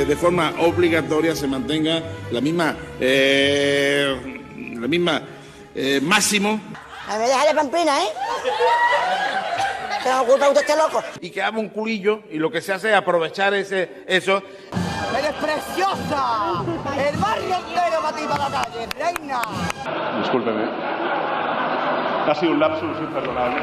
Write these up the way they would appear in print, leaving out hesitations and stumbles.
de forma obligatoria se mantenga la misma máximo. A ver, déjale pamplina, ¿eh? ¿Qué nos ocupa usted este loco? Y que haga un culillo y lo que se hace es aprovechar eso. ¡Eres preciosa! ¡El barrio entero para ti, para la calle, reina! Discúlpeme. Ha sido un lapsus imperdonable.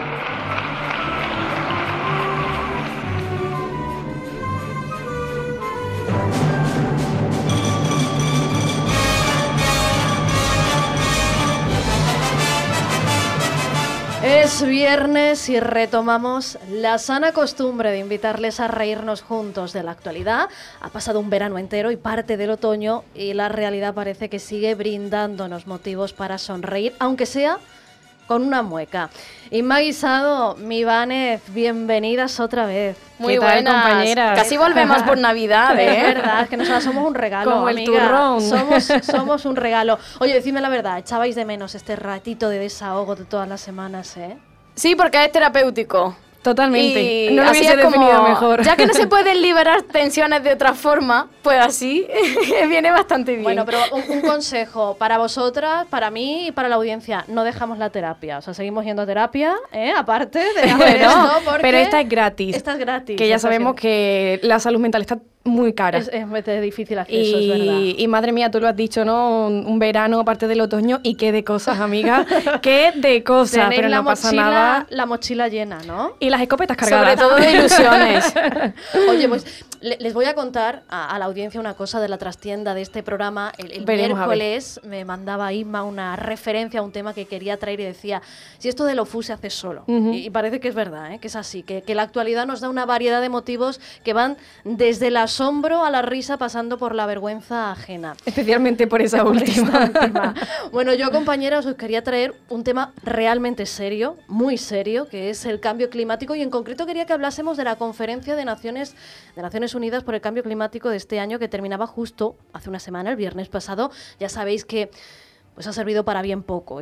Es viernes y retomamos la sana costumbre de invitarles a reírnos juntos de la actualidad. Ha pasado un verano entero y parte del otoño y la realidad parece que sigue brindándonos motivos para sonreír, aunque sea con una mueca. Inma Guisado, mi Vánez, bienvenidas otra vez. Muy buenas, compañeras. Casi volvemos por Navidad, ¿eh? Es verdad, es que nosotras somos un regalo, como amiga. el turrón. Somos un regalo. Oye, decidme la verdad, ¿echabais de menos este ratito de desahogo de todas las semanas, eh? Sí, porque es terapéutico. Totalmente. Y no lo hubiese definido mejor. Ya que no se pueden liberar tensiones de otra forma, pues así viene bastante bien. Bueno, pero un consejo para vosotras, para mí y para la audiencia: no dejamos la terapia. O sea, seguimos yendo a terapia, aparte de hacer esto, porque pero esta es gratis. Esta es gratis. Que ya sabemos que la salud mental está muy cara. Es difícil hacer eso, es verdad. Y madre mía, tú lo has dicho, ¿no? Un verano aparte del otoño y qué de cosas, amiga. Qué de cosas, Tenéis pero no pasa nada. La mochila llena, ¿no? Y las escopetas cargadas. Sobre todo de ilusiones. Oye, pues les voy a contar a la audiencia una cosa de la trastienda de este programa. El miércoles me mandaba Inma una referencia a un tema que quería traer y decía: si esto de lo fu se hace solo. Y parece que es verdad, que es así, que la actualidad nos da una variedad de motivos que van desde el asombro a la risa, pasando por la vergüenza ajena. Especialmente por esa última. Bueno, yo, compañeras, os quería traer un tema realmente serio, muy serio, que es el cambio climático, y en concreto quería que hablásemos de la Conferencia de Naciones Unidas por el Cambio Climático de este año, que terminaba justo hace una semana, el viernes pasado. Ya sabéis que pues ha servido para bien poco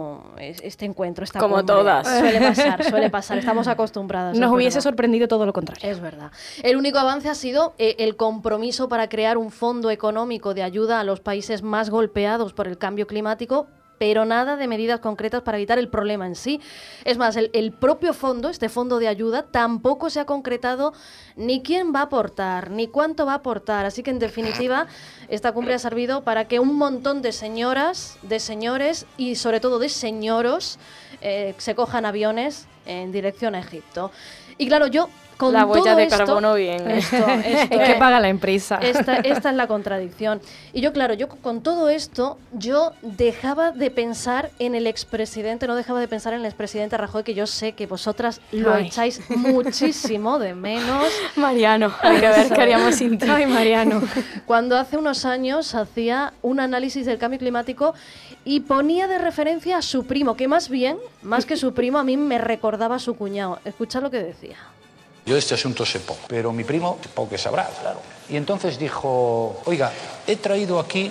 este encuentro, esta como cumbre. todas. Suele pasar, estamos acostumbradas. Nos hubiese sorprendido todo lo contrario. Es verdad. El único avance ha sido el compromiso para crear un fondo económico de ayuda a los países más golpeados por el cambio climático, pero nada de medidas concretas para evitar el problema en sí. Es más, el propio fondo, este fondo de ayuda, tampoco se ha concretado ni quién va a aportar, ni cuánto va a aportar. Así que, en definitiva, esta cumbre ha servido para que un montón de señoras, de señores y, sobre todo, de señoros se cojan aviones en dirección a Egipto. Y claro, yo con la huella todo de esto, carbono bien. Esto es que paga la empresa. Esta es la contradicción. Y yo con todo esto, yo dejaba de pensar en el expresidente, no dejaba de pensar en el expresidente Rajoy, que yo sé que vosotras lo echáis muchísimo de menos. Mariano, hay que ver qué haríamos sin ti. Ay, Mariano. Cuando hace unos años hacía un análisis del cambio climático y ponía de referencia a su primo, que más que su primo, a mí me recordaba a su cuñado. Escucha lo que decía. Yo de este asunto sé poco, pero mi primo poco que sabrá, claro. Y entonces dijo: oiga, he traído aquí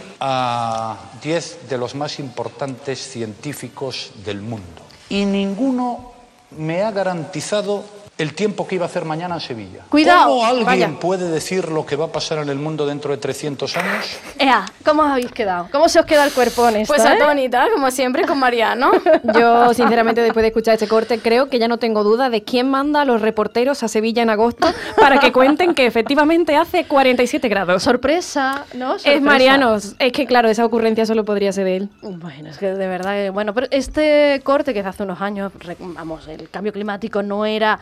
a 10 de los más importantes científicos del mundo y ninguno me ha garantizado el tiempo que iba a hacer mañana en Sevilla. Cuidado. ¿Cómo alguien puede decir lo que va a pasar en el mundo dentro de 300 años? ¿Cómo os habéis quedado? ¿Cómo se os queda el cuerpo en esta? Pues atónita, como siempre, con Mariano. Yo, sinceramente, después de escuchar este corte, creo que ya no tengo duda de quién manda a los reporteros a Sevilla en agosto para que cuenten que efectivamente hace 47 grados. Sorpresa, ¿no? Sorpresa. Es Mariano. Es que, claro, esa ocurrencia solo podría ser de él. Bueno, es que de verdad bueno, pero este corte, que hace unos años, vamos, el cambio climático no era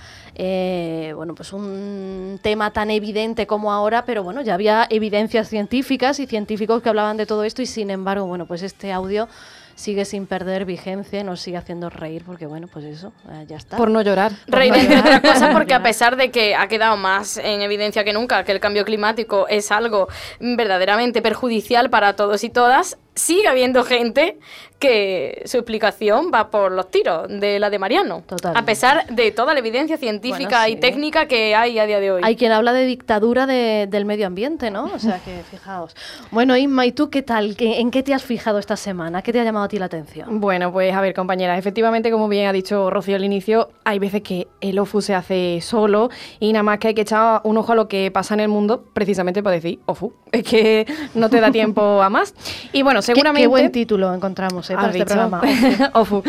pues un tema tan evidente como ahora, pero bueno, ya había evidencias científicas y científicos que hablaban de todo esto, y sin embargo, bueno, pues este audio sigue sin perder vigencia, nos sigue haciendo reír, porque bueno, pues eso, ya está. Por no llorar. Reír entre otras cosas, porque a pesar de que ha quedado más en evidencia que nunca que el cambio climático es algo verdaderamente perjudicial para todos y todas, sigue habiendo gente que su explicación va por los tiros de la de Mariano. Totalmente. A pesar de toda la evidencia científica Bueno, y sí. técnica que hay a día de hoy. Hay quien habla de dictadura del medio ambiente, ¿no? O sea que fijaos. Bueno, Inma, ¿y tú qué tal? ¿En qué te has fijado esta semana? ¿Qué te ha llamado a ti la atención? Bueno, pues a ver, compañera, efectivamente, como bien ha dicho Rocío al inicio, hay veces que el OFU se hace solo y nada más que hay que echar un ojo a lo que pasa en el mundo precisamente para decir OFU. Es que no te da tiempo a más. Y bueno, seguramente... Qué buen título encontramos para ¿Has este dicho? programa. OFU.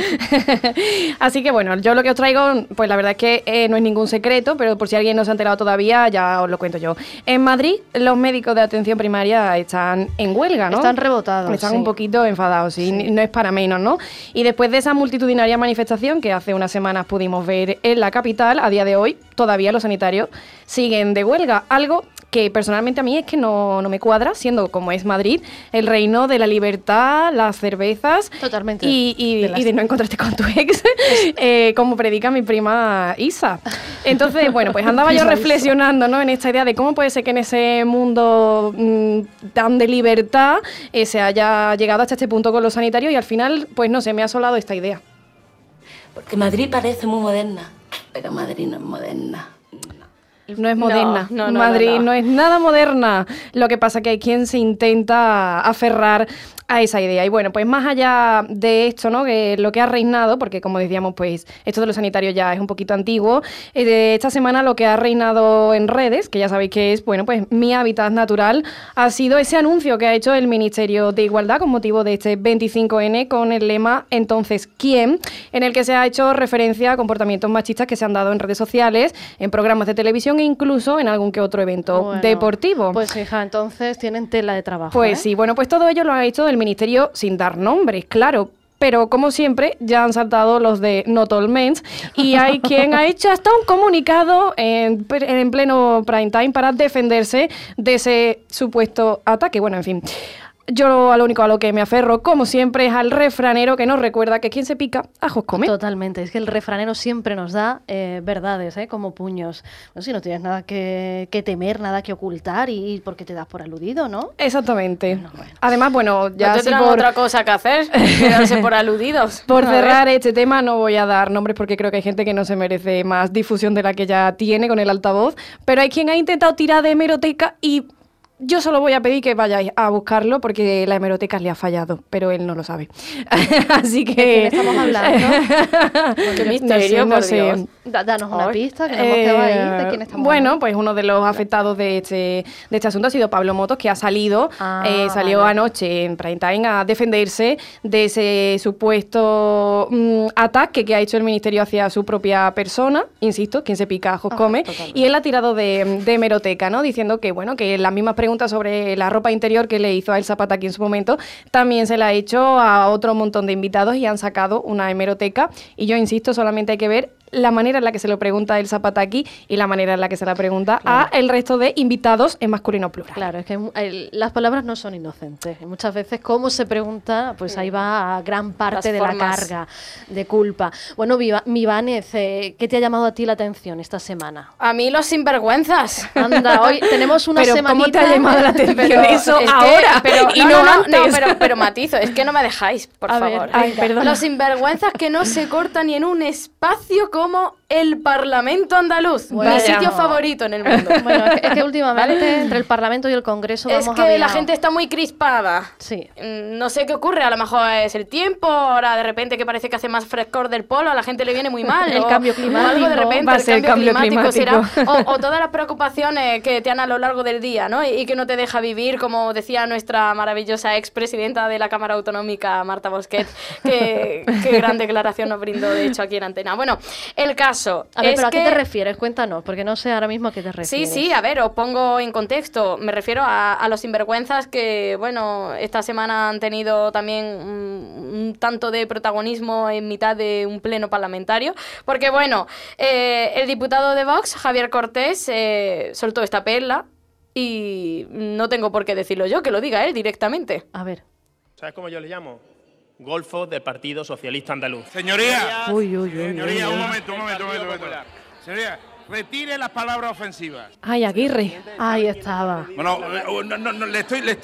Así que bueno, yo lo que os traigo, pues la verdad es que no es ningún secreto, pero por si alguien no se ha enterado todavía, ya os lo cuento yo. En Madrid, los médicos de atención primaria están en huelga, ¿no? Están rebotados. Están sí. un poquito enfadados, sí. No es para menos, ¿no? Y después de esa multitudinaria manifestación que hace unas semanas pudimos ver en la capital, a día de hoy todavía los sanitarios siguen de huelga, algo que personalmente a mí es que no me cuadra, siendo como es Madrid, el reino de la libertad, las cervezas. Totalmente. Y de no encontrarte con tu ex, como predica mi prima Isa. Entonces, bueno, pues andaba yo reflexionando, ¿no?, en esta idea de cómo puede ser que en ese mundo tan de libertad se haya llegado hasta este punto con los sanitarios y al final, pues no sé, me ha asolado esta idea. Porque Madrid parece muy moderna, pero Madrid no es moderna. No es moderna. No, Madrid no es nada moderna. Lo que pasa que hay quien se intenta aferrar a esa idea. Y bueno, pues más allá de esto, ¿no?, que lo que ha reinado, porque como decíamos, pues esto de los sanitarios ya es un poquito antiguo, esta semana lo que ha reinado en redes, que ya sabéis que es, bueno, pues Mi Hábitat Natural, ha sido ese anuncio que ha hecho el Ministerio de Igualdad con motivo de este 25N con el lema "Entonces, ¿quién?", en el que se ha hecho referencia a comportamientos machistas que se han dado en redes sociales, en programas de televisión e incluso en algún que otro evento Bueno, deportivo. Pues hija, entonces tienen tela de trabajo. Pues ¿eh? sí, bueno, pues todo ello lo ha hecho el Ministerio sin dar nombres, claro. Pero como siempre, ya han saltado los de Not All Men's y hay quien ha hecho hasta un comunicado en pleno prime time para defenderse de ese supuesto ataque. Bueno, en fin. Yo a lo único a lo que me aferro, como siempre, es al refranero que nos recuerda que quien se pica, ajos come. Totalmente, es que el refranero siempre nos da verdades, como puños. No, si no tienes nada que temer, nada que ocultar y porque te das por aludido, ¿no? Exactamente. Bueno. Además, bueno, ya ¿No así tendrán otra cosa que hacer? Quedarse por aludidos. Por A ver. cerrar este tema no voy a dar nombres porque creo que hay gente que no se merece más difusión de la que ya tiene con el altavoz, pero hay quien ha intentado tirar de hemeroteca y yo solo voy a pedir que vayáis a buscarlo porque la hemeroteca le ha fallado, pero él no lo sabe. Así que... ¿De quién estamos hablando? Qué misterio, no por sé. Dios. Danos una pista, que nos hemos quedado ahí. ¿De quién estamos Bueno, hablando? pues uno de los afectados de este asunto ha sido Pablo Motos, que ha salido, salió Vale. anoche en prime time a defenderse de ese supuesto ataque que ha hecho el Ministerio hacia su propia persona. Insisto, quien se pica ajos come. totalmente. Y él ha tirado de hemeroteca, ¿no?, diciendo que, bueno, que las mismas preguntas sobre la ropa interior que le hizo a El Zapataki en su momento también se la ha hecho a otro montón de invitados y han sacado una hemeroteca. Y yo insisto, solamente hay que ver la manera en la que se lo pregunta El Zapataki y la manera en la que se la pregunta a el resto de invitados en masculino plural. Claro, es que las palabras no son inocentes. Y muchas veces cómo se pregunta, pues ahí va a gran parte Las de formas. la carga de culpa. Bueno, Mibánez, ¿qué te ha llamado a ti la atención esta semana? A mí los sinvergüenzas. Anda, hoy tenemos una Pero semanita... ¿cómo te ha llamado la atención Pero eso es que- ahora pero, y no antes? pero matizo, es que no me dejáis, por A ver, favor. Ay, perdona. Los sinvergüenzas que no se cortan ni en un espacio como el Parlamento andaluz, Bueno. mi sitio favorito en el mundo. Bueno, es que últimamente entre el Parlamento y el Congreso Es vamos que la aviados. gente está muy crispada. Sí. No sé qué ocurre, a lo mejor es el tiempo, ahora de repente que parece que hace más frescor del polo, a la gente le viene muy mal. El o- cambio o algo de climático. repente, Va a ser el cambio climático será. climático. O todas las preocupaciones que te dan a lo largo del día, ¿no? Y que no te deja vivir, como decía nuestra maravillosa expresidenta de la Cámara Autonómica, Marta Bosquet, que qué gran declaración nos brindó, de hecho, aquí en Antena. Bueno, el caso A ver, es ¿pero a qué que- te refieres? Cuéntanos, porque no sé ahora mismo a qué te refieres. Sí, a ver, os pongo en contexto. Me refiero a los sinvergüenzas que, bueno, esta semana han tenido también un tanto de protagonismo en mitad de un pleno parlamentario. Porque, bueno, el diputado de Vox, Javier Cortés, soltó esta perla y no tengo por qué decirlo yo, que lo diga él directamente. A ver. ¿Sabes cómo yo le llamo? Golfo del Partido Socialista Andaluz. Señoría, Uy, uy, uy. señoría, un momento. Señoría, retire las palabras ofensivas. Ay, Aguirre. Ahí estaba. Bueno, no, le estoy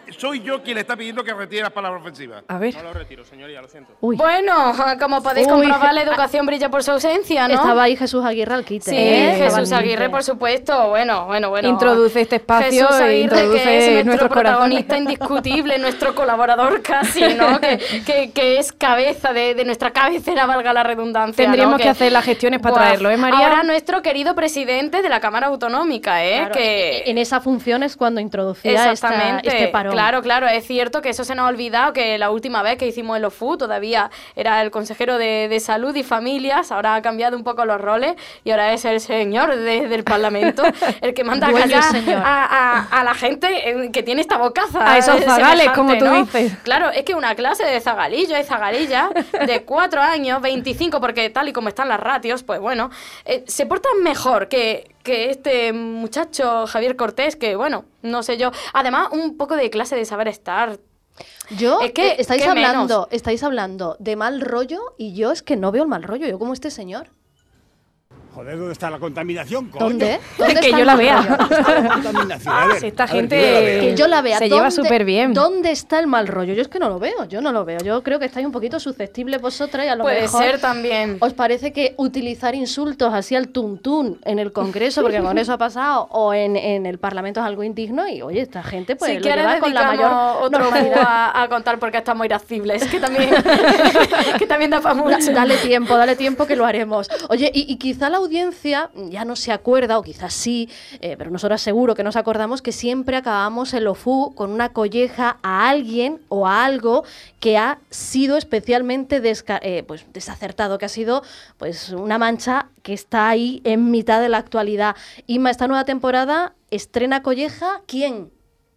soy yo quien le está pidiendo que retire las palabras ofensivas. A ver. No lo retiro, señoría, lo siento. Uy. Bueno, como podéis comprobar, la educación brilla por su ausencia, ¿no? Estaba ahí Jesús Aguirre al quite. Sí, Estaba Jesús al Aguirre, límite. por supuesto. Bueno. Introduce este espacio Jesús e Aguirre, introduce que es nuestro nuestros protagonista corazones. indiscutible, nuestro colaborador casi, ¿no? que es cabeza de nuestra cabecera, valga la redundancia. Tendríamos ¿no? que hacer las gestiones para traerlo, ¿eh, María? Ahora nuestro querido presidente de la Cámara Autonómica, ¿eh? Claro, que en esa función es cuando introducía este parón. Claro, es cierto que eso se nos ha olvidado, que la última vez que hicimos el OFU todavía era el consejero de Salud y Familias, ahora ha cambiado un poco los roles y ahora es el señor del Parlamento el que manda a Dueño callar señor. a la gente que tiene esta bocaza. A esos zagales, semejante, como tú ¿no? dices. Claro, es que una clase de zagalillo y zagalilla de 4 años, 25, porque tal y como están las ratios, pues bueno, se portan mejor que este muchacho Javier Cortés, que bueno, no sé yo. Además, un poco de clase de saber estar. Yo, Es que, estáis ¿qué hablando de mal rollo y yo es que no veo el mal rollo, yo como este señor. Joder, ¿dónde está la contaminación, coño? ¿Dónde? ¿Dónde Que está yo el la mal vea. rollo? ¿Dónde está la contaminación? A ver, Esta a ver, gente que yo la vea. Que yo la vea. se lleva súper bien. ¿Dónde está el mal rollo? Yo es que no lo veo, yo no lo veo. Yo creo que estáis un poquito susceptibles vosotras y a lo Puede mejor ser también. os parece que utilizar insultos así al tuntún en el Congreso, porque con eso ha pasado, o en el Parlamento es algo indigno y oye, esta gente pues Si lo quieres lleva con la mayor otro normalidad. a contar porque estamos irascibles, que también, que también da para mucho. Dale tiempo que lo haremos. Oye, y quizá la audiencia ya no se acuerda, o quizás sí, pero nosotros seguro que nos acordamos que siempre acabamos el OFU con una colleja a alguien o a algo que ha sido especialmente pues, desacertado, que ha sido pues una mancha que está ahí en mitad de la actualidad. Inma, esta nueva temporada estrena colleja, ¿quién?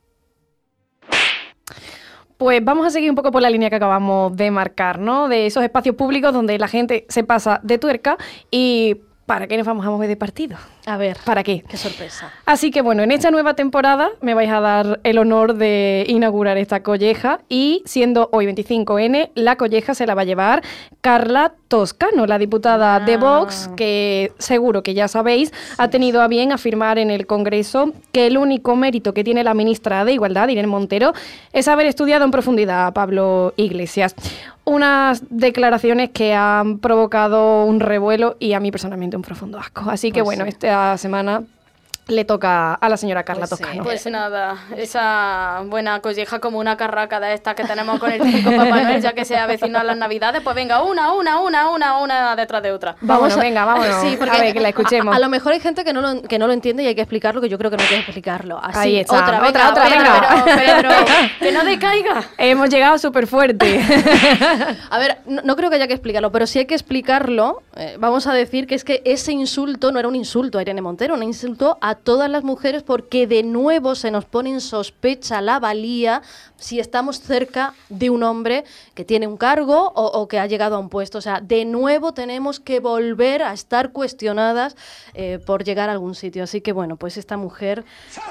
Pues vamos a seguir un poco por la línea que acabamos de marcar, ¿no? De esos espacios públicos donde la gente se pasa de tuerca y ¿para qué nos vamos a mover de partido? A ver, ¿Para qué? qué sorpresa. Así que bueno, en esta nueva temporada me vais a dar el honor de inaugurar esta colleja y siendo hoy 25N, la colleja se la va a llevar Carla Toscano, la diputada de Vox, que seguro que ya sabéis, ha tenido a bien afirmar en el Congreso que el único mérito que tiene la ministra de Igualdad, Irene Montero, es haber estudiado en profundidad a Pablo Iglesias. Unas declaraciones que han provocado un revuelo y a mí personalmente un profundo asco. Así que Pues bueno, sí. esta semana le toca a la señora Carla Pues sí. Toscano. Pues nada, esa buena colleja como una carraca de estas que tenemos con el típico Papá Noel, ya que se avecinan las Navidades, pues venga, una detrás de otra. Vámonos, vámonos. Sí, porque a ver, que la escuchemos. A lo mejor hay gente que no lo entiende y hay que explicarlo, que yo creo que no hay que explicarlo. Así, Ahí está. otra, Otra, venga. Pero, que no decaiga. Hemos llegado súper fuerte. A ver, no creo que haya que explicarlo, pero si hay que explicarlo, vamos a decir que es que ese insulto no era un insulto a Irene Montero, un insulto a todas las mujeres, porque de nuevo se nos pone en sospecha la valía si estamos cerca de un hombre que tiene un cargo o que ha llegado a un puesto. O sea, de nuevo tenemos que volver a estar cuestionadas por llegar a algún sitio. Así que bueno, pues esta mujer...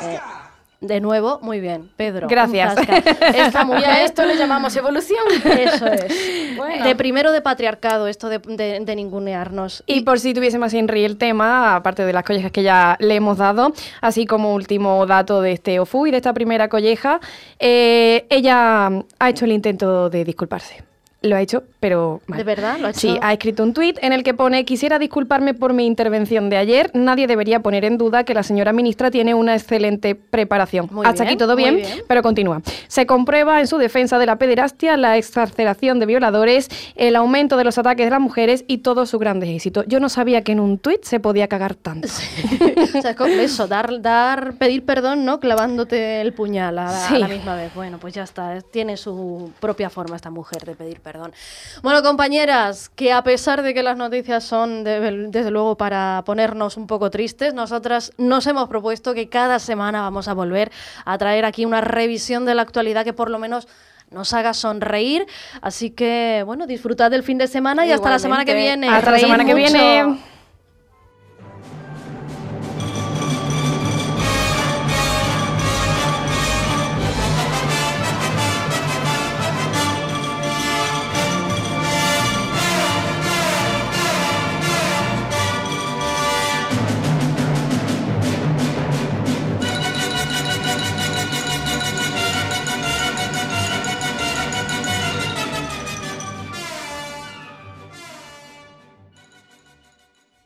de nuevo, muy bien, Pedro. Gracias. Esta Y a mujer, esto le llamamos evolución. eso es. Bueno. De primero de patriarcado, esto de ningunearnos. Y por si tuviésemos en el tema, aparte de las collejas que ya le hemos dado, así como último dato de este OFU y de esta primera colleja, ella ha hecho el intento de disculparse. Lo ha hecho, pero mal. ¿De verdad? ¿Lo ha hecho? Sí, ha escrito un tuit en el que pone: quisiera disculparme por mi intervención de ayer. Nadie debería poner en duda que la señora ministra tiene una excelente preparación. Muy Hasta bien, aquí todo muy bien, bien. pero continúa. Se comprueba en su defensa de la pederastia, la excarcelación de violadores, el aumento de los ataques de las mujeres y todos sus grandes éxitos. Yo no sabía que en un tuit se podía cagar tanto. O sea, es como eso, pedir perdón, ¿no? Clavándote el puñal a la misma vez. Bueno, pues ya está, tiene su propia forma esta mujer de pedir perdón. Bueno, compañeras, que a pesar de que las noticias son desde luego para ponernos un poco tristes, nosotras nos hemos propuesto que cada semana vamos a volver a traer aquí una revisión de la actualidad que por lo menos nos haga sonreír. Así que, bueno, disfrutad del fin de semana y hasta la semana que viene. Hasta la Reír semana que mucho. viene.